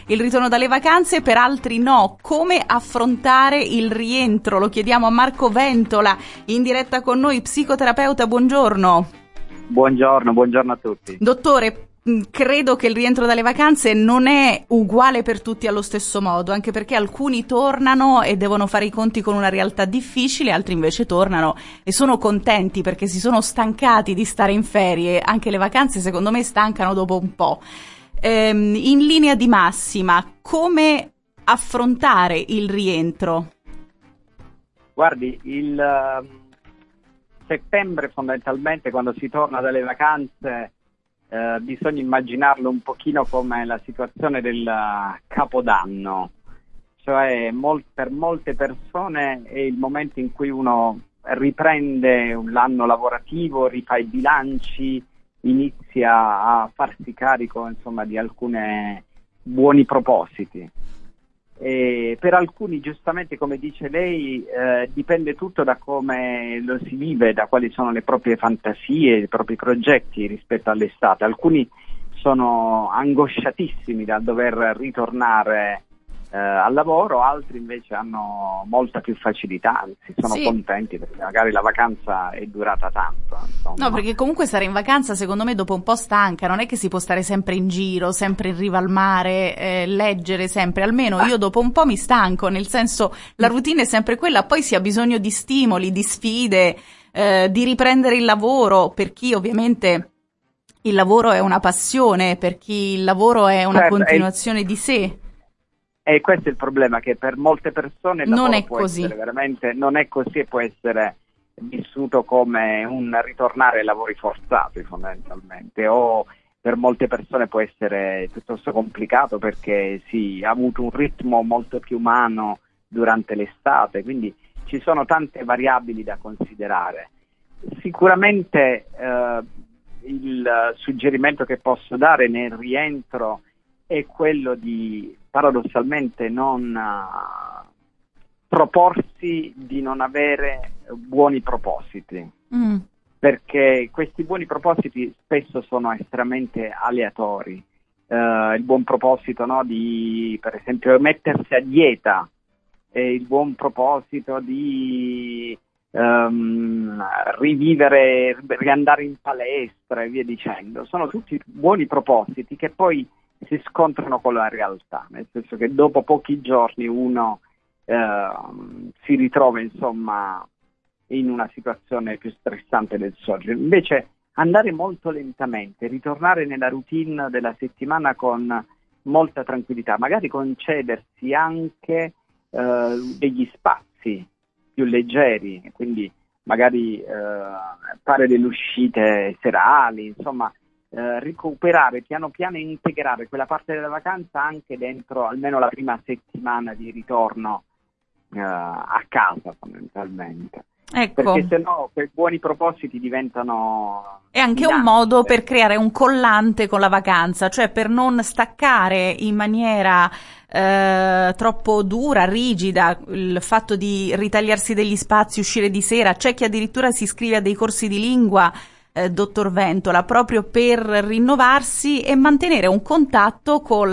il ritorno dalle vacanze, per altri no. Come affrontare il rientro? Lo chiediamo a Marco Ventola, in diretta con noi, psicoterapeuta. Buongiorno. Buongiorno a tutti. Dottore, credo che il rientro dalle vacanze non è uguale per tutti allo stesso modo, anche perché alcuni tornano e devono fare i conti con una realtà difficile, altri invece tornano e sono contenti perché si sono stancati di stare in ferie. Anche le vacanze secondo me stancano dopo un po'. In linea di massima, come affrontare il rientro? Guardi, il settembre fondamentalmente, quando si torna dalle vacanze, bisogna immaginarlo un pochino come la situazione del Capodanno, cioè per molte persone è il momento in cui uno riprende l'anno lavorativo, rifà i bilanci, inizia a farsi carico insomma di alcuni buoni propositi. E per alcuni, giustamente come dice lei, dipende tutto da come lo si vive, da quali sono le proprie fantasie, i propri progetti rispetto all'estate. Alcuni sono angosciatissimi dal dover ritornare al lavoro, altri invece hanno molta più facilità, anzi sono contenti perché magari la vacanza è durata tanto. Insomma. No, perché comunque stare in vacanza secondo me dopo un po' stanca, non è che si può stare sempre in giro, sempre in riva al mare, leggere sempre, almeno io dopo un po' mi stanco, nel senso la routine è sempre quella, poi si ha bisogno di stimoli, di sfide, di riprendere il lavoro, per chi ovviamente il lavoro è una passione, per chi il lavoro è una continuazione di sé. E questo è il problema, che per molte persone il lavoro non è può così. essere veramente, non è così, e può essere vissuto come un ritornare ai lavori forzati fondamentalmente, o per molte persone può essere piuttosto complicato perché si ha avuto un ritmo molto più umano durante l'estate, quindi ci sono tante variabili da considerare. Sicuramente il suggerimento che posso dare nel rientro è quello di paradossalmente non proporsi di non avere buoni propositi, perché questi buoni propositi spesso sono estremamente aleatori. Il buon proposito, no, di per esempio mettersi a dieta, il buon proposito di rivivere, riandare in palestra e via dicendo, sono tutti buoni propositi che poi si scontrano con la realtà, nel senso che dopo pochi giorni uno si ritrova insomma in una situazione più stressante del solito. Invece andare molto lentamente, ritornare nella routine della settimana con molta tranquillità, magari concedersi anche degli spazi più leggeri, quindi magari fare delle uscite serali, insomma recuperare piano piano e integrare quella parte della vacanza anche dentro almeno la prima settimana di ritorno a casa fondamentalmente. Ecco. Perché sennò quei buoni propositi diventano... È anche un modo per creare un collante con la vacanza, cioè per non staccare in maniera troppo dura, rigida, il fatto di ritagliarsi degli spazi, uscire di sera. C'è chi addirittura si iscrive a dei corsi di lingua, dottor Ventola, proprio per rinnovarsi e mantenere un contatto con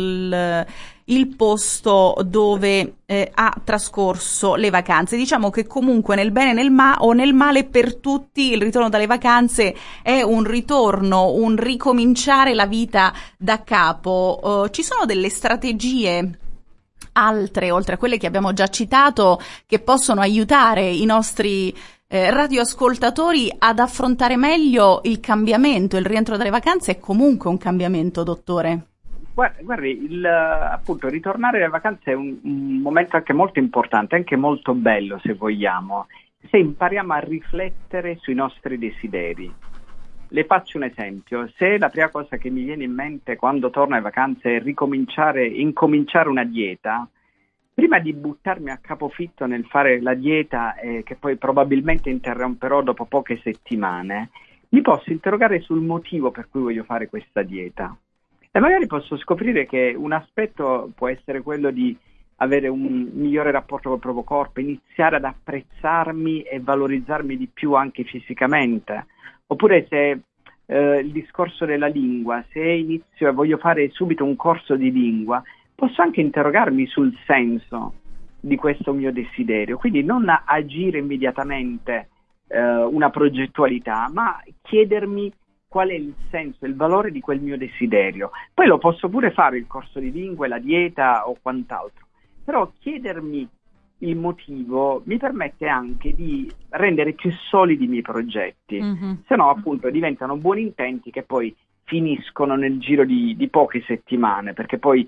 il posto dove ha trascorso le vacanze. Diciamo che comunque nel bene o nel male per tutti il ritorno dalle vacanze è un ritorno, un ricominciare la vita da capo. Ci sono delle strategie altre, oltre a quelle che abbiamo già citato, che possono aiutare i nostri radioascoltatori ad affrontare meglio il cambiamento? Il rientro dalle vacanze è comunque un cambiamento, dottore. Guardi, appunto ritornare alle vacanze è un momento anche molto importante, anche molto bello se vogliamo, se impariamo a riflettere sui nostri desideri. Le faccio un esempio: se la prima cosa che mi viene in mente quando torno alle vacanze è incominciare una dieta, prima di buttarmi a capofitto nel fare la dieta, che poi probabilmente interromperò dopo poche settimane, mi posso interrogare sul motivo per cui voglio fare questa dieta. E magari posso scoprire che un aspetto può essere quello di avere un migliore rapporto col proprio corpo, iniziare ad apprezzarmi e valorizzarmi di più anche fisicamente. Oppure se il discorso della lingua, se inizio e voglio fare subito un corso di lingua, posso anche interrogarmi sul senso di questo mio desiderio, quindi non agire immediatamente una progettualità, ma chiedermi qual è il senso, il valore di quel mio desiderio. Poi lo posso pure fare il corso di lingue, la dieta o quant'altro, però chiedermi il motivo mi permette anche di rendere più solidi i miei progetti, se no appunto diventano buoni intenti che poi finiscono nel giro di poche settimane, perché poi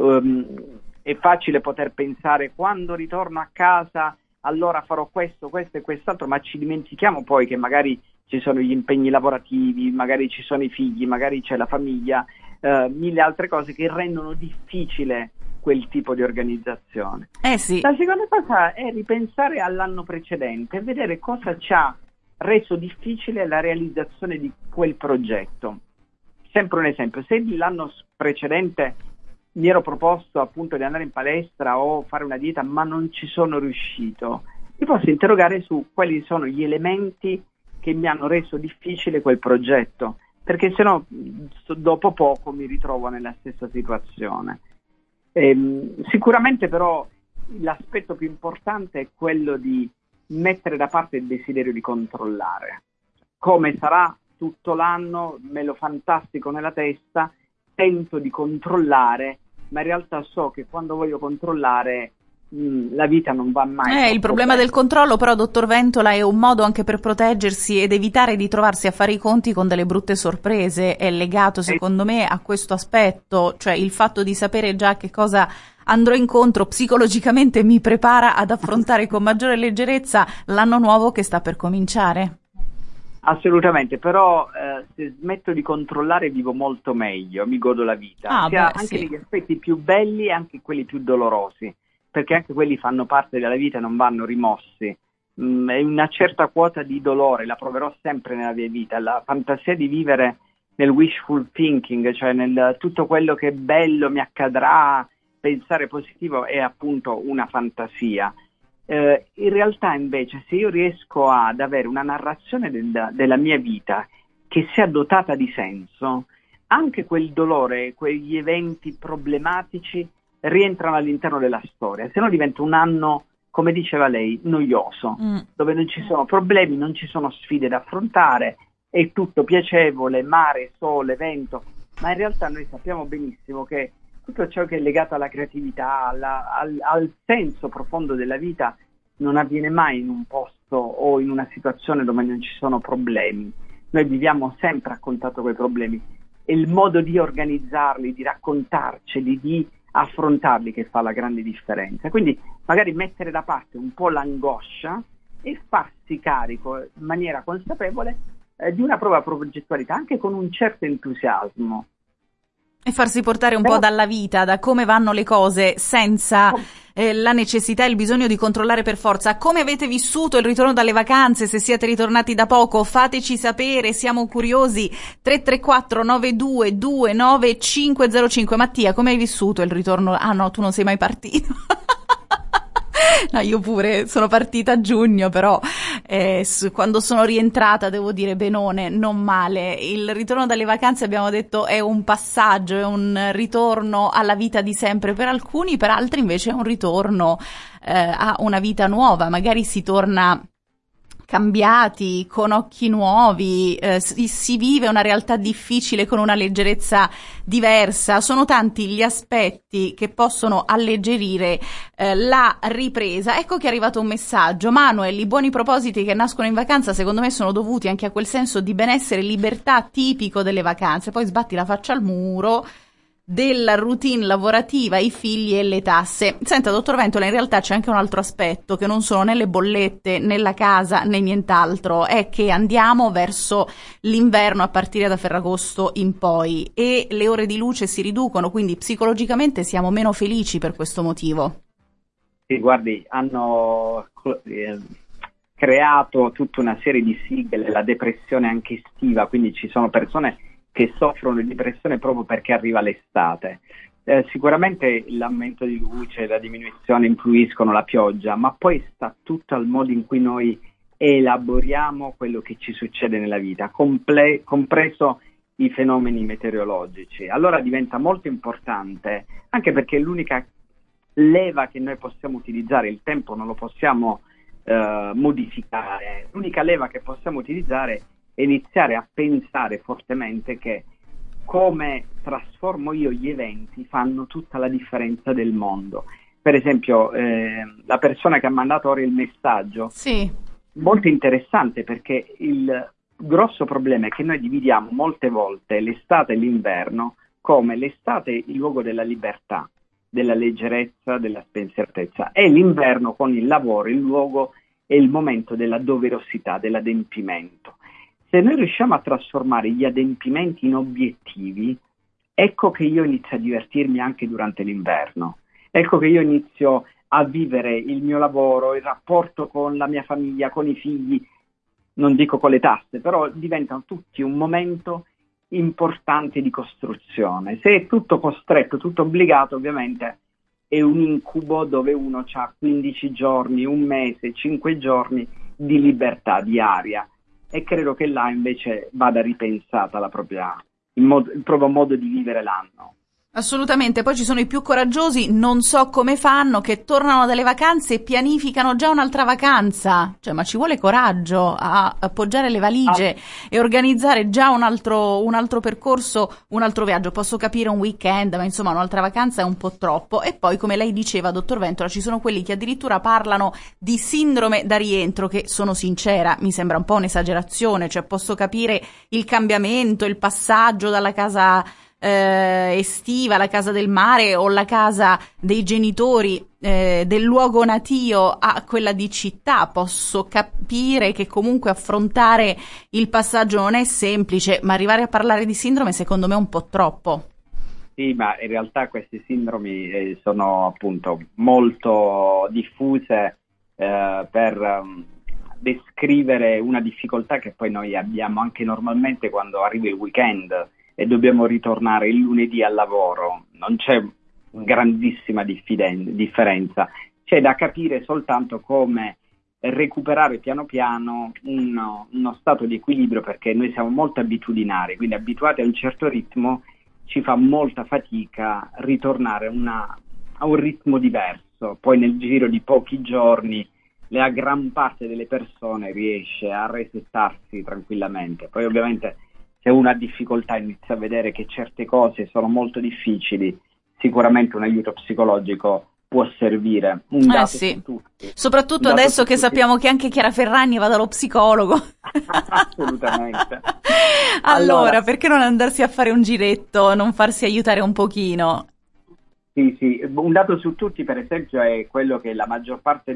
è facile poter pensare quando ritorno a casa allora farò questo e quest'altro, ma ci dimentichiamo poi che magari ci sono gli impegni lavorativi, magari ci sono i figli, magari c'è la famiglia, mille altre cose che rendono difficile quel tipo di organizzazione. Sì. La seconda cosa è ripensare all'anno precedente e vedere cosa ci ha reso difficile la realizzazione di quel progetto. Sempre un esempio, se l'anno precedente mi ero proposto appunto di andare in palestra o fare una dieta ma non ci sono riuscito, mi posso interrogare su quali sono gli elementi che mi hanno reso difficile quel progetto, perché sennò dopo poco mi ritrovo nella stessa situazione. Sicuramente però l'aspetto più importante è quello di mettere da parte il desiderio di controllare. Come sarà tutto l'anno, me lo fantastico nella testa, tento di controllare, ma in realtà so che quando voglio controllare la vita non va mai. Il problema del controllo però, dottor Ventola, è un modo anche per proteggersi ed evitare di trovarsi a fare i conti con delle brutte sorprese. È legato secondo me a questo aspetto, cioè il fatto di sapere già che cosa andrò incontro psicologicamente mi prepara ad affrontare con maggiore leggerezza l'anno nuovo che sta per cominciare. Assolutamente, però se smetto di controllare vivo molto meglio, mi godo la vita, anche negli aspetti più belli e anche quelli più dolorosi, perché anche quelli fanno parte della vita e non vanno rimossi. Una certa quota di dolore la proverò sempre nella mia vita, la fantasia di vivere nel wishful thinking, cioè nel tutto quello che è bello mi accadrà, pensare positivo è appunto una fantasia. In realtà invece se io riesco ad avere una narrazione della mia vita che sia dotata di senso, anche quel dolore, quegli eventi problematici rientrano all'interno della storia, se no diventa un anno, come diceva lei, noioso, dove non ci sono problemi, non ci sono sfide da affrontare, è tutto piacevole, mare, sole, vento, ma in realtà noi sappiamo benissimo che tutto ciò che è legato alla creatività, al senso profondo della vita non avviene mai in un posto o in una situazione dove non ci sono problemi. Noi viviamo sempre a contatto con i problemi, è il modo di organizzarli, di raccontarceli, di affrontarli che fa la grande differenza. Quindi magari mettere da parte un po' l'angoscia e farsi carico in maniera consapevole di una propria progettualità, anche con un certo entusiasmo. E farsi portare un po' dalla vita, da come vanno le cose, senza la necessità e il bisogno di controllare per forza. Come avete vissuto il ritorno dalle vacanze? Se siete ritornati da poco, fateci sapere, siamo curiosi. 334 9229 505. Mattia, come hai vissuto il ritorno? Ah no, tu non sei mai partito. No, io pure sono partita a giugno, però quando sono rientrata devo dire benone, non male. Il ritorno dalle vacanze, abbiamo detto, è un passaggio, è un ritorno alla vita di sempre per alcuni, per altri invece è un ritorno a una vita nuova, magari si torna cambiati, con occhi nuovi, si vive una realtà difficile con una leggerezza diversa. Sono tanti gli aspetti che possono alleggerire la ripresa. Ecco che è arrivato un messaggio. Manuel, i buoni propositi che nascono in vacanza secondo me sono dovuti anche a quel senso di benessere e libertà tipico delle vacanze. Poi sbatti la faccia al muro della routine lavorativa, i figli e le tasse. Senta, dottor Ventola, in realtà c'è anche un altro aspetto che non sono né le bollette né la casa né nient'altro, è che andiamo verso l'inverno a partire da Ferragosto in poi e le ore di luce si riducono, quindi psicologicamente siamo meno felici per questo motivo. Sì, guardi, hanno creato tutta una serie di sigle, la depressione anche estiva, quindi ci sono persone che soffrono di depressione proprio perché arriva l'estate. Sicuramente l'aumento di luce, la diminuzione influiscono, la pioggia, ma poi sta tutto al modo in cui noi elaboriamo quello che ci succede nella vita, compreso i fenomeni meteorologici. Allora diventa molto importante, anche perché è l'unica leva che noi possiamo utilizzare, il tempo non lo possiamo modificare, l'unica leva che possiamo utilizzare è iniziare a pensare fortemente che come trasformo io gli eventi fanno tutta la differenza del mondo. Per esempio, la persona che ha mandato ora il messaggio, sì, molto interessante, perché il grosso problema è che noi dividiamo molte volte l'estate e l'inverno come l'estate il luogo della libertà, della leggerezza, della spensieratezza, e l'inverno con il lavoro il luogo e il momento della doverosità, dell'adempimento. Se noi riusciamo a trasformare gli adempimenti in obiettivi, ecco che io inizio a divertirmi anche durante l'inverno, ecco che io inizio a vivere il mio lavoro, il rapporto con la mia famiglia, con i figli, non dico con le tasse, però diventano tutti un momento importante di costruzione. Se è tutto costretto, tutto obbligato, ovviamente è un incubo dove uno ha 15 giorni, un mese, 5 giorni di libertà diaria, e credo che là invece vada ripensata il proprio modo di vivere l'anno. Assolutamente, poi ci sono i più coraggiosi, non so come fanno, che tornano dalle vacanze e pianificano già un'altra vacanza, cioè ma ci vuole coraggio a appoggiare le valigie e organizzare già un altro percorso, un altro viaggio. Posso capire un weekend, ma insomma un'altra vacanza è un po' troppo. E poi, come lei diceva, dottor Ventola, ci sono quelli che addirittura parlano di sindrome da rientro, che, sono sincera, mi sembra un po' un'esagerazione, cioè posso capire il cambiamento, il passaggio dalla casa estiva, la casa del mare o la casa dei genitori del luogo natio a quella di città. Posso capire che comunque affrontare il passaggio non è semplice, ma arrivare a parlare di sindrome secondo me è un po' troppo. Sì, ma in realtà queste sindromi sono appunto molto diffuse per descrivere una difficoltà che poi noi abbiamo anche normalmente quando arriva il weekend e dobbiamo ritornare il lunedì al lavoro. Non c'è grandissima differenza, c'è da capire soltanto come recuperare piano piano uno stato di equilibrio, perché noi siamo molto abitudinari, quindi abituati a un certo ritmo ci fa molta fatica ritornare a un ritmo diverso. Poi nel giro di pochi giorni la gran parte delle persone riesce a resettarsi tranquillamente. Poi ovviamente se uno ha difficoltà inizia a vedere che certe cose sono molto difficili, sicuramente un aiuto psicologico può servire. Un dato sì. su tutti. Soprattutto adesso che sappiamo che anche Chiara Ferragni va dallo psicologo. Assolutamente. Allora, perché non andarsi a fare un giretto, non farsi aiutare un pochino? Sì, un dato su tutti, per esempio, è quello che la maggior parte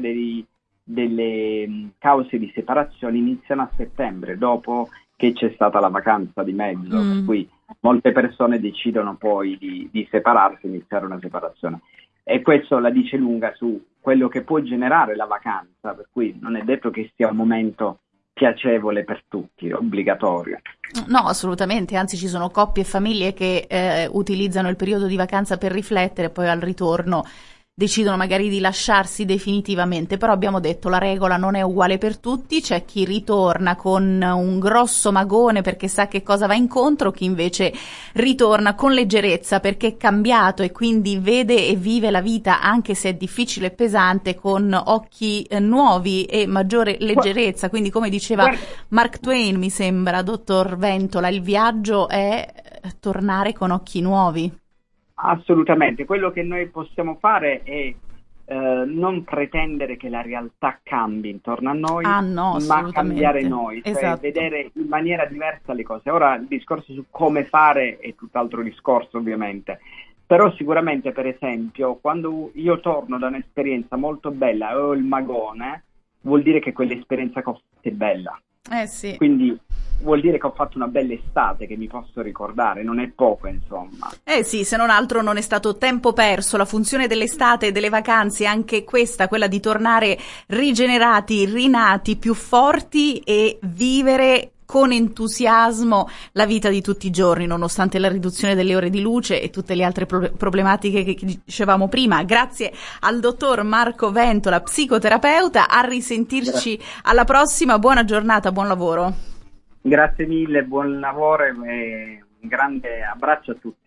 delle cause di separazione iniziano a settembre, dopo che c'è stata la vacanza di mezzo, per cui molte persone decidono poi di separarsi, iniziare una separazione, e questo la dice lunga su quello che può generare la vacanza, per cui non è detto che sia un momento piacevole per tutti, obbligatorio. No, assolutamente, anzi ci sono coppie e famiglie che utilizzano il periodo di vacanza per riflettere, poi al ritorno decidono magari di lasciarsi definitivamente, però abbiamo detto la regola non è uguale per tutti, c'è chi ritorna con un grosso magone perché sa che cosa va incontro, chi invece ritorna con leggerezza perché è cambiato e quindi vede e vive la vita, anche se è difficile e pesante, con occhi nuovi e maggiore leggerezza. Quindi, come diceva Mark Twain, mi sembra, dottor Ventola, il viaggio è tornare con occhi nuovi. Assolutamente, quello che noi possiamo fare è non pretendere che la realtà cambi intorno a noi, ma cambiare noi, cioè esatto. Vedere in maniera diversa le cose. Ora il discorso su come fare è tutt'altro discorso, ovviamente, però sicuramente, per esempio, quando io torno da un'esperienza molto bella e ho il magone, vuol dire che quell'esperienza che ho fatto è bella. Sì. Quindi vuol dire che ho fatto una bella estate che mi posso ricordare, non è poco, insomma. Sì, se non altro non è stato tempo perso. La funzione dell'estate e delle vacanze è anche questa, quella di tornare rigenerati, rinati, più forti e vivere con entusiasmo la vita di tutti i giorni, nonostante la riduzione delle ore di luce e tutte le altre problematiche che dicevamo prima. Grazie al dottor Marco Ventola, psicoterapeuta, a risentirci alla prossima, buona giornata, buon lavoro. Grazie mille, buon lavoro e grande abbraccio a tutti.